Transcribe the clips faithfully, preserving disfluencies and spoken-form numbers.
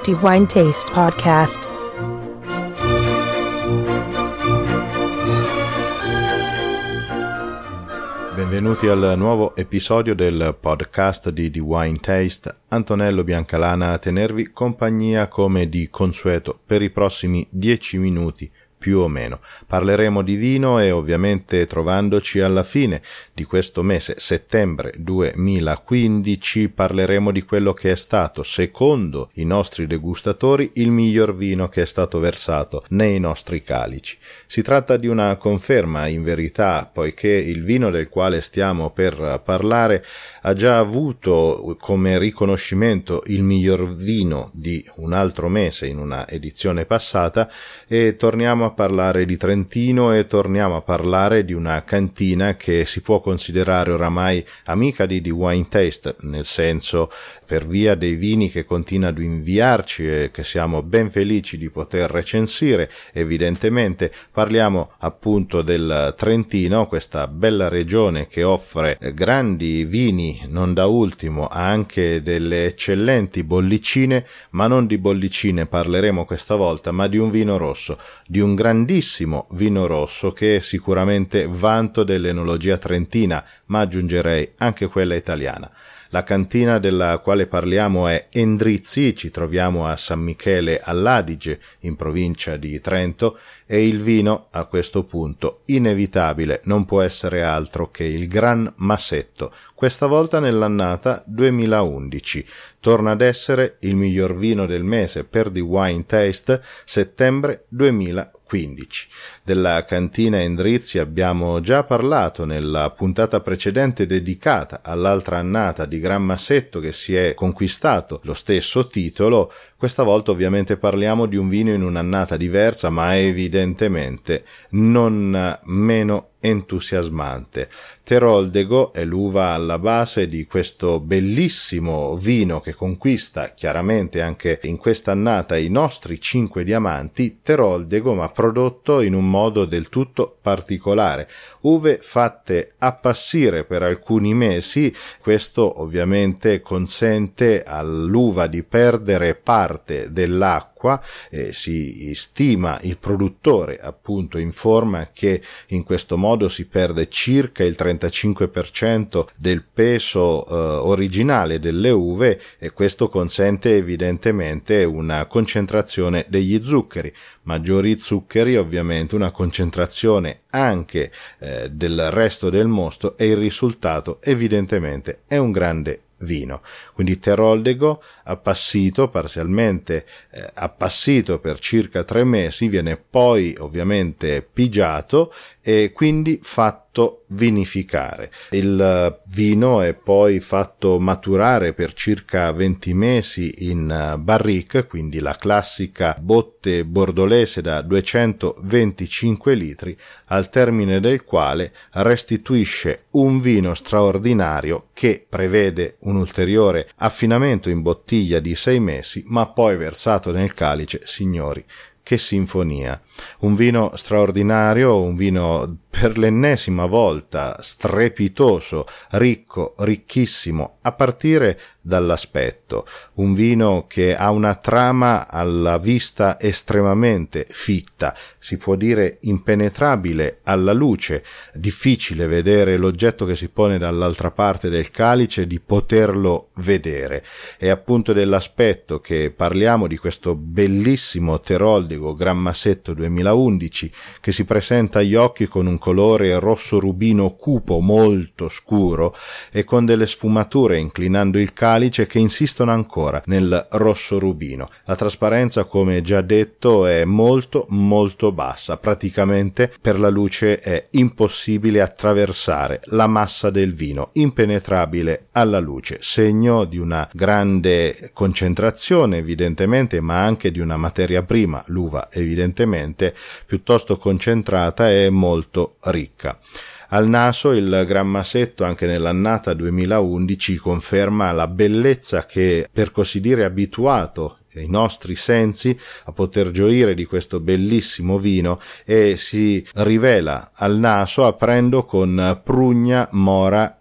The Wine Taste Podcast. Benvenuti al nuovo episodio del podcast di The Wine Taste. Antonello Biancalana a tenervi compagnia come di consueto per i prossimi dieci minuti più o meno. Parleremo di vino e ovviamente trovandoci alla fine di questo mese, settembre duemilaquindici, parleremo di quello che è stato, secondo i nostri degustatori, il miglior vino che è stato versato nei nostri calici. Si tratta di una conferma in verità, poiché il vino del quale stiamo per parlare ha già avuto come riconoscimento il miglior vino di un altro mese in una edizione passata, e torniamo a parlare di Trentino e torniamo a parlare di una cantina che si può considerare oramai amica di The Wine Taste, nel senso, per via dei vini che continua ad inviarci e che siamo ben felici di poter recensire. Evidentemente parliamo appunto del Trentino, questa bella regione che offre grandi vini, non da ultimo anche delle eccellenti bollicine, ma non di bollicine parleremo questa volta, ma di un vino rosso, di un grandissimo vino rosso che è sicuramente vanto dell'enologia trentina, ma aggiungerei anche quella italiana. La cantina della quale parliamo è Endrizzi, ci troviamo a San Michele all'Adige, in provincia di Trento, e il vino, a questo punto, inevitabile, non può essere altro che il Gran Massetto, questa volta nell'annata duemilaundici. Torna ad essere il miglior vino del mese per The Wine Taste, settembre duemilaquindici. Della cantina Endrizzi abbiamo già parlato nella puntata precedente dedicata all'altra annata di Gran Massetto che si è conquistato lo stesso titolo. Questa volta ovviamente parliamo di un vino in un'annata diversa, ma evidentemente non meno entusiasmante. Teroldego è l'uva alla base di questo bellissimo vino che conquista chiaramente anche in questa annata i nostri cinque diamanti. Teroldego, ma prodotto in un modo del tutto particolare, uve fatte appassire per alcuni mesi. Questo ovviamente consente all'uva di perdere parte dell'acqua. Eh, si stima, il produttore appunto informa che in questo modo si perde circa il trentacinque per cento del peso eh, originale delle uve, e questo consente evidentemente una concentrazione degli zuccheri. Maggiori zuccheri, ovviamente una concentrazione anche eh, del resto del mosto, e il risultato evidentemente è un grande vino. Quindi Teroldego appassito, parzialmente eh, appassito per circa tre mesi, viene poi ovviamente pigiato e quindi fatto vinificare. Il vino è poi fatto maturare per circa venti mesi in barrique, quindi la classica botte bordolese da duecentoventicinque litri, al termine del quale restituisce un vino straordinario che prevede un ulteriore affinamento in bottiglia di sei mesi, ma poi versato nel calice, signori, che sinfonia! Un vino straordinario, un vino per l'ennesima volta strepitoso, ricco, ricchissimo, a partire dall'aspetto. Un vino che ha una trama alla vista estremamente fitta, si può dire impenetrabile alla luce, difficile vedere l'oggetto che si pone dall'altra parte del calice, di poterlo vedere. È appunto dell'aspetto che parliamo di questo bellissimo Teroldego Gran Massetto duemilaundici, che si presenta agli occhi con un colore rosso rubino cupo, molto scuro, e con delle sfumature inclinando il calice che insistono ancora nel rosso rubino. La trasparenza, come già detto, è molto molto bassa, praticamente per la luce è impossibile attraversare la massa del vino, impenetrabile alla luce, segno di una grande concentrazione evidentemente, ma anche di una materia prima, l'uva evidentemente, piuttosto concentrata e molto ricca. Al naso il Gran Massetto anche nell'annata duemilaundici conferma la bellezza che, per così dire, è abituato i nostri sensi a poter gioire di questo bellissimo vino, e si rivela al naso aprendo con prugna, mora e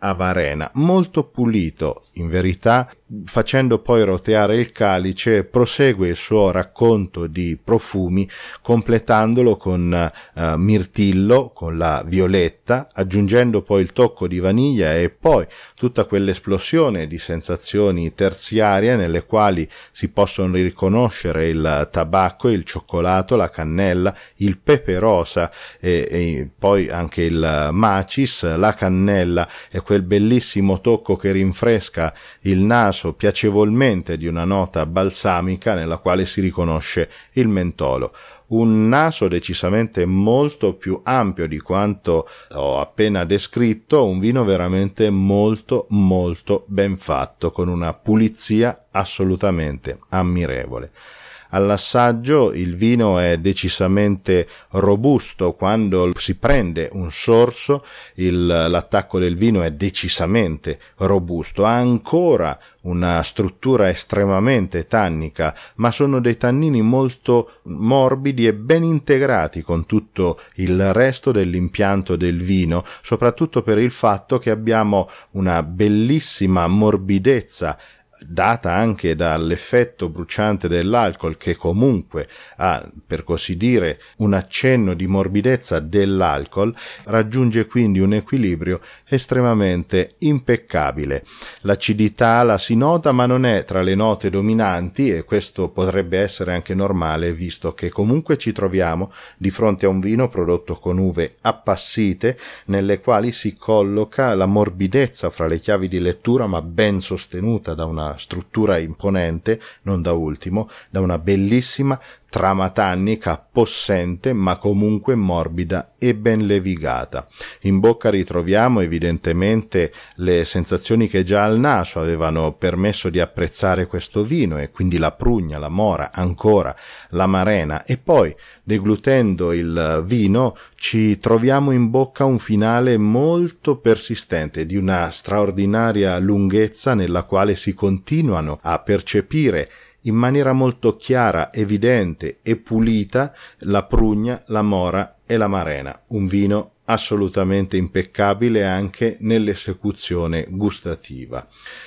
Amarena, molto pulito in verità. Facendo poi roteare il calice prosegue il suo racconto di profumi, completandolo con eh, mirtillo, con la violetta, aggiungendo poi il tocco di vaniglia e poi tutta quell'esplosione di sensazioni terziarie nelle quali si possono riconoscere il tabacco, il cioccolato, la cannella, il pepe rosa e, e poi anche il macis, la cannella e quel bellissimo tocco che rinfresca il naso piacevolmente di una nota balsamica nella quale si riconosce il mentolo. Un naso decisamente molto più ampio di quanto ho appena descritto, un vino veramente molto molto ben fatto, con una pulizia assolutamente ammirevole. All'assaggio il vino è decisamente robusto, quando si prende un sorso il, l'attacco del vino è decisamente robusto, ha ancora una struttura estremamente tannica, ma sono dei tannini molto morbidi e ben integrati con tutto il resto dell'impianto del vino, soprattutto per il fatto che abbiamo una bellissima morbidezza data anche dall'effetto bruciante dell'alcol, che comunque ha, per così dire, un accenno di morbidezza dell'alcol, raggiunge quindi un equilibrio estremamente impeccabile. L'acidità la si nota, ma non è tra le note dominanti, e questo potrebbe essere anche normale, visto che comunque ci troviamo di fronte a un vino prodotto con uve appassite, nelle quali si colloca la morbidezza fra le chiavi di lettura, ma ben sostenuta da una struttura imponente, non da ultimo, da una bellissima trama tannica possente ma comunque morbida e ben levigata. In bocca ritroviamo evidentemente le sensazioni che già al naso avevano permesso di apprezzare questo vino, e quindi la prugna, la mora, ancora l'amarena, e poi deglutendo il vino ci troviamo in bocca un finale molto persistente, di una straordinaria lunghezza, nella quale si continuano a percepire in maniera molto chiara, evidente e pulita la prugna, la mora e l'amarena. Un vino assolutamente impeccabile anche nell'esecuzione gustativa.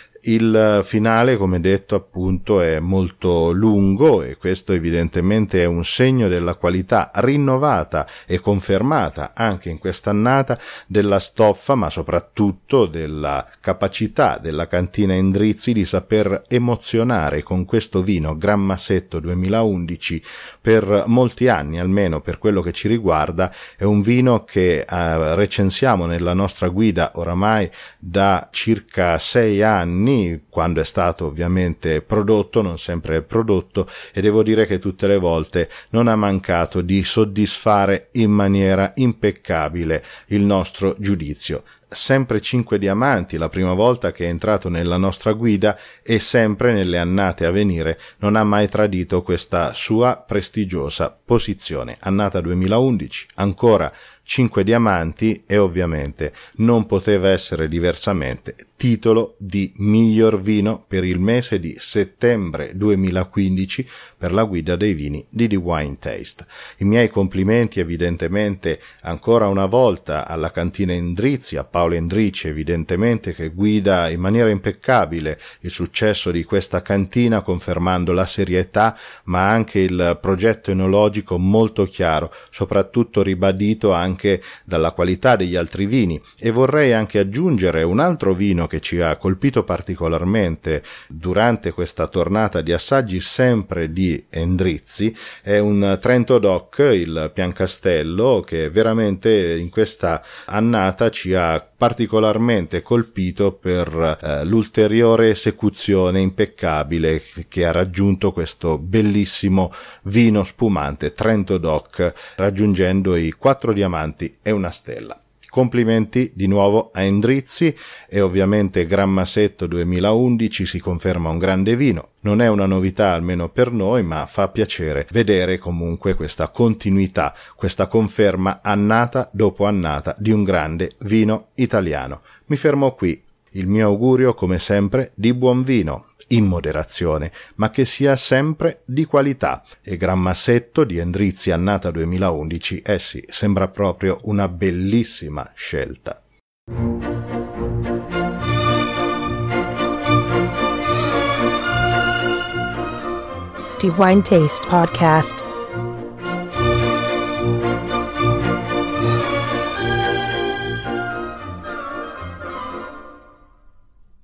Il finale, come detto appunto, è molto lungo, e questo evidentemente è un segno della qualità rinnovata e confermata anche in quest'annata della stoffa, ma soprattutto della capacità della cantina Endrizzi di saper emozionare con questo vino Grammasetto duemilaundici per molti anni, almeno per quello che ci riguarda. È un vino che eh, recensiamo nella nostra guida oramai da circa sei anni, quando è stato ovviamente prodotto, non sempre è prodotto, e devo dire che tutte le volte non ha mancato di soddisfare in maniera impeccabile il nostro giudizio. Sempre cinque diamanti la prima volta che è entrato nella nostra guida, e sempre nelle annate a venire non ha mai tradito questa sua prestigiosa posizione. Annata duemilaundici, ancora cinque diamanti, e ovviamente non poteva essere diversamente titolo di miglior vino per il mese di settembre duemilaquindici per la guida dei vini di The Wine Taste. I miei complimenti evidentemente ancora una volta alla cantina Endrizzi, a Paolo Endrizzi evidentemente, che guida in maniera impeccabile il successo di questa cantina, confermando la serietà ma anche il progetto enologico molto chiaro, soprattutto ribadito anche dalla qualità degli altri vini. E vorrei anche aggiungere un altro vino che ci ha colpito particolarmente durante questa tornata di assaggi, sempre di Endrizzi. È un Trento Doc, il Piancastello, che veramente in questa annata ci ha particolarmente colpito per eh, l'ulteriore esecuzione impeccabile che ha raggiunto questo bellissimo vino spumante Trento Doc, raggiungendo i quattro diamanti e una stella. Complimenti di nuovo a Endrizzi, e ovviamente Grammasetto duemilaundici si conferma un grande vino. Non è una novità almeno per noi, ma fa piacere vedere comunque questa continuità, questa conferma annata dopo annata di un grande vino italiano. Mi fermo qui. Il mio augurio, come sempre, di buon vino, in moderazione, ma che sia sempre di qualità. E Grammasetto di Endrizzi annata duemilaundici, eh sì, sembra proprio una bellissima scelta. The Wine Taste Podcast.